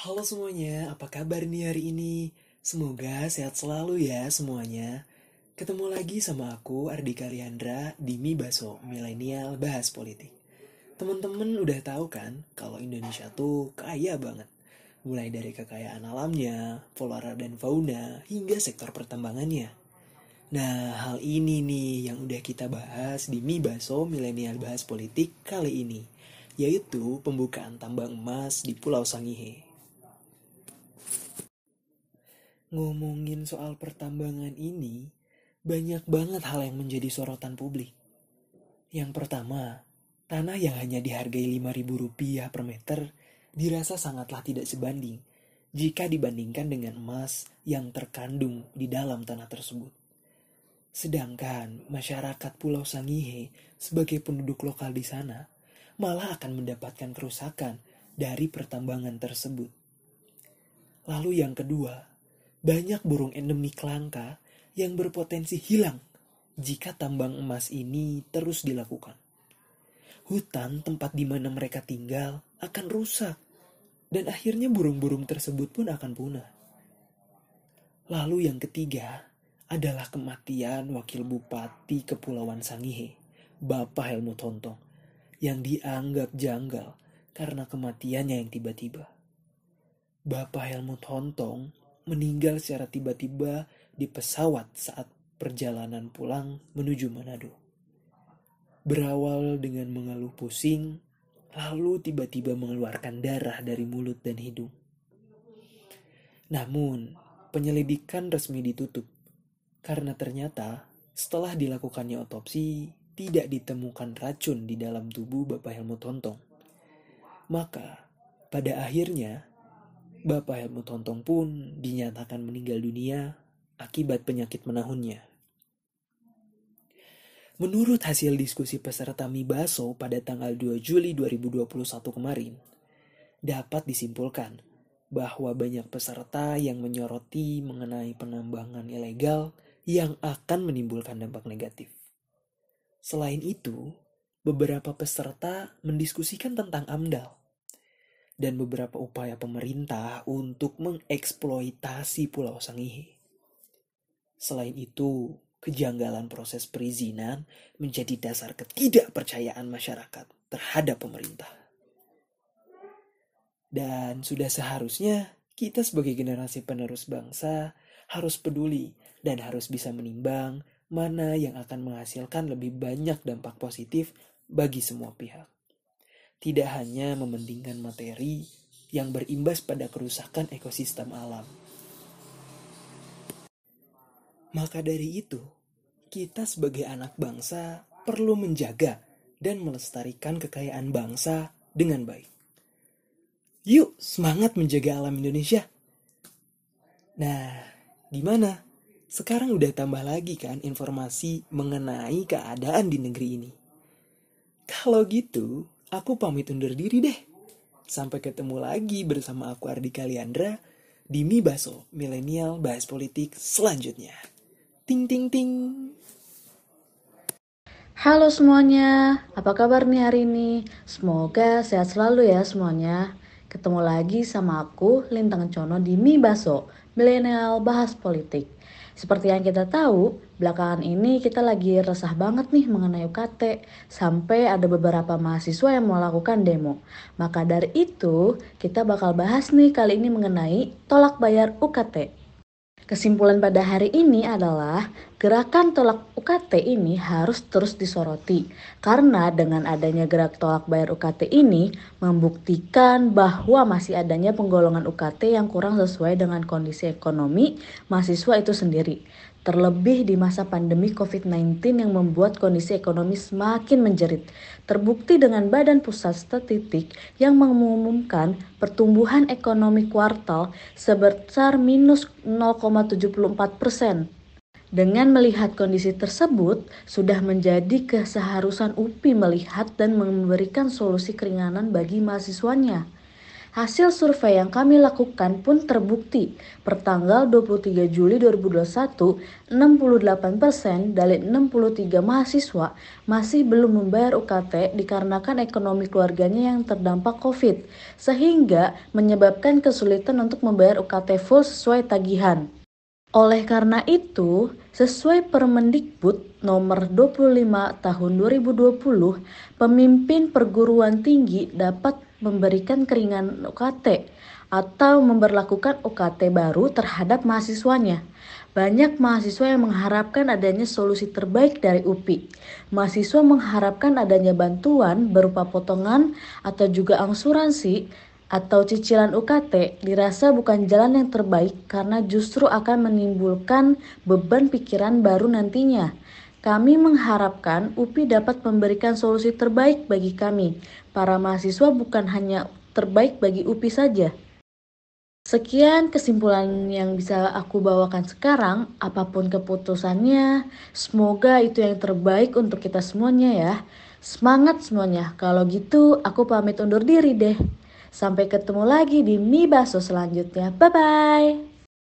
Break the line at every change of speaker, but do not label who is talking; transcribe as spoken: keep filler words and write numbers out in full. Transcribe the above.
Halo semuanya, apa kabar nih hari ini? Semoga sehat selalu ya semuanya. Ketemu lagi sama aku, Ardika Liandra, di Mi Baso, Milenial Bahas Politik. Teman-teman udah tahu kan, kalau Indonesia tuh kaya banget. Mulai dari kekayaan alamnya, flora dan fauna, hingga sektor pertambangannya. Nah, hal ini nih yang udah kita bahas di Mi Baso, Milenial Bahas Politik kali ini. Yaitu pembukaan tambang emas di Pulau Sangihe. Ngomongin soal pertambangan ini, banyak banget hal yang menjadi sorotan publik. Yang pertama, tanah yang hanya dihargai lima ribu rupiah per meter dirasa sangatlah tidak sebanding jika dibandingkan dengan emas yang terkandung di dalam tanah tersebut. Sedangkan masyarakat Pulau Sangihe sebagai penduduk lokal di sana malah akan mendapatkan kerusakan dari pertambangan tersebut. Lalu yang kedua, banyak burung endemik langka yang berpotensi hilang jika tambang emas ini terus dilakukan. Hutan tempat di mana mereka tinggal akan rusak dan akhirnya burung-burung tersebut pun akan punah. Lalu yang ketiga adalah kematian Wakil Bupati Kepulauan Sangihe, Bapak Helmut Hontong, yang dianggap janggal karena kematiannya yang tiba-tiba. Bapak Helmut Hontong meninggal secara tiba-tiba di pesawat saat perjalanan pulang menuju Manado. Berawal dengan mengeluh pusing, lalu tiba-tiba mengeluarkan darah dari mulut dan hidung. Namun, penyelidikan resmi ditutup karena ternyata setelah dilakukannya otopsi tidak ditemukan racun di dalam tubuh Bapak Helmut Hontong. Maka, pada akhirnya Bapak Helmut Hontong pun dinyatakan meninggal dunia akibat penyakit menahunnya. Menurut hasil diskusi peserta Mi Baso pada tanggal dua Juli dua ribu dua puluh satu kemarin, dapat disimpulkan bahwa banyak peserta yang menyoroti mengenai penambangan ilegal yang akan menimbulkan dampak negatif. Selain itu, beberapa peserta mendiskusikan tentang AMDAL dan beberapa upaya pemerintah untuk mengeksploitasi Pulau Sangihe. Selain itu, kejanggalan proses perizinan menjadi dasar ketidakpercayaan masyarakat terhadap pemerintah. Dan sudah seharusnya kita sebagai generasi penerus bangsa harus peduli dan harus bisa menimbang mana yang akan menghasilkan lebih banyak dampak positif bagi semua pihak. Tidak hanya mementingkan materi yang berimbas pada kerusakan ekosistem alam. Maka dari itu, kita sebagai anak bangsa perlu menjaga dan melestarikan kekayaan bangsa dengan baik. Yuk, semangat menjaga alam Indonesia. Nah, gimana? Sekarang udah tambah lagi kan informasi mengenai keadaan di negeri ini. Kalau gitu, aku pamit undur diri deh. Sampai ketemu lagi bersama aku Ardika Liandra di Mi Baso, Milenial Bahas Politik selanjutnya. Ting ting ting.
Halo semuanya, apa kabar nih hari ini? Semoga sehat selalu ya semuanya. Ketemu lagi sama aku, Lintang Cono di Mi Baso, Milenial Bahas Politik. Seperti yang kita tahu, belakangan ini kita lagi resah banget nih mengenai U K T, sampai ada beberapa mahasiswa yang melakukan demo. Maka dari itu, kita bakal bahas nih kali ini mengenai tolak bayar U K T. Kesimpulan pada hari ini adalah gerakan tolak U K T ini harus terus disoroti karena dengan adanya gerak tolak bayar U K T ini membuktikan bahwa masih adanya penggolongan U K T yang kurang sesuai dengan kondisi ekonomi mahasiswa itu sendiri. Terlebih di masa pandemi covid sembilan belas yang membuat kondisi ekonomi semakin menjerit. Terbukti dengan Badan Pusat Statistik yang mengumumkan pertumbuhan ekonomi kuartal sebesar minus nol koma tujuh empat persen. Dengan melihat kondisi tersebut, sudah menjadi keseharusan U P I melihat dan memberikan solusi keringanan bagi mahasiswanya. Hasil survei yang kami lakukan pun terbukti. Pertanggal dua puluh tiga Juli dua ribu dua puluh satu, enam puluh delapan persen dari enam puluh tiga mahasiswa masih belum membayar U K T dikarenakan ekonomi keluarganya yang terdampak COVID, sehingga menyebabkan kesulitan untuk membayar U K T full sesuai tagihan. Oleh karena itu, sesuai Permendikbud nomor dua puluh lima tahun dua ribu dua puluh, pemimpin perguruan tinggi dapat memberikan keringanan U K T atau memberlakukan U K T baru terhadap mahasiswanya. Banyak mahasiswa yang mengharapkan adanya solusi terbaik dari U P I. Mahasiswa mengharapkan adanya bantuan berupa potongan atau juga angsuransi atau cicilan U K T dirasa bukan jalan yang terbaik karena justru akan menimbulkan beban pikiran baru nantinya. Kami mengharapkan U P I dapat memberikan solusi terbaik bagi kami. Para mahasiswa bukan hanya terbaik bagi U P I saja. Sekian kesimpulan yang bisa aku bawakan sekarang. Apapun keputusannya, semoga itu yang terbaik untuk kita semuanya ya. Semangat semuanya. Kalau gitu, aku pamit undur diri deh. Sampai ketemu lagi di Mi Baso selanjutnya. Bye-bye.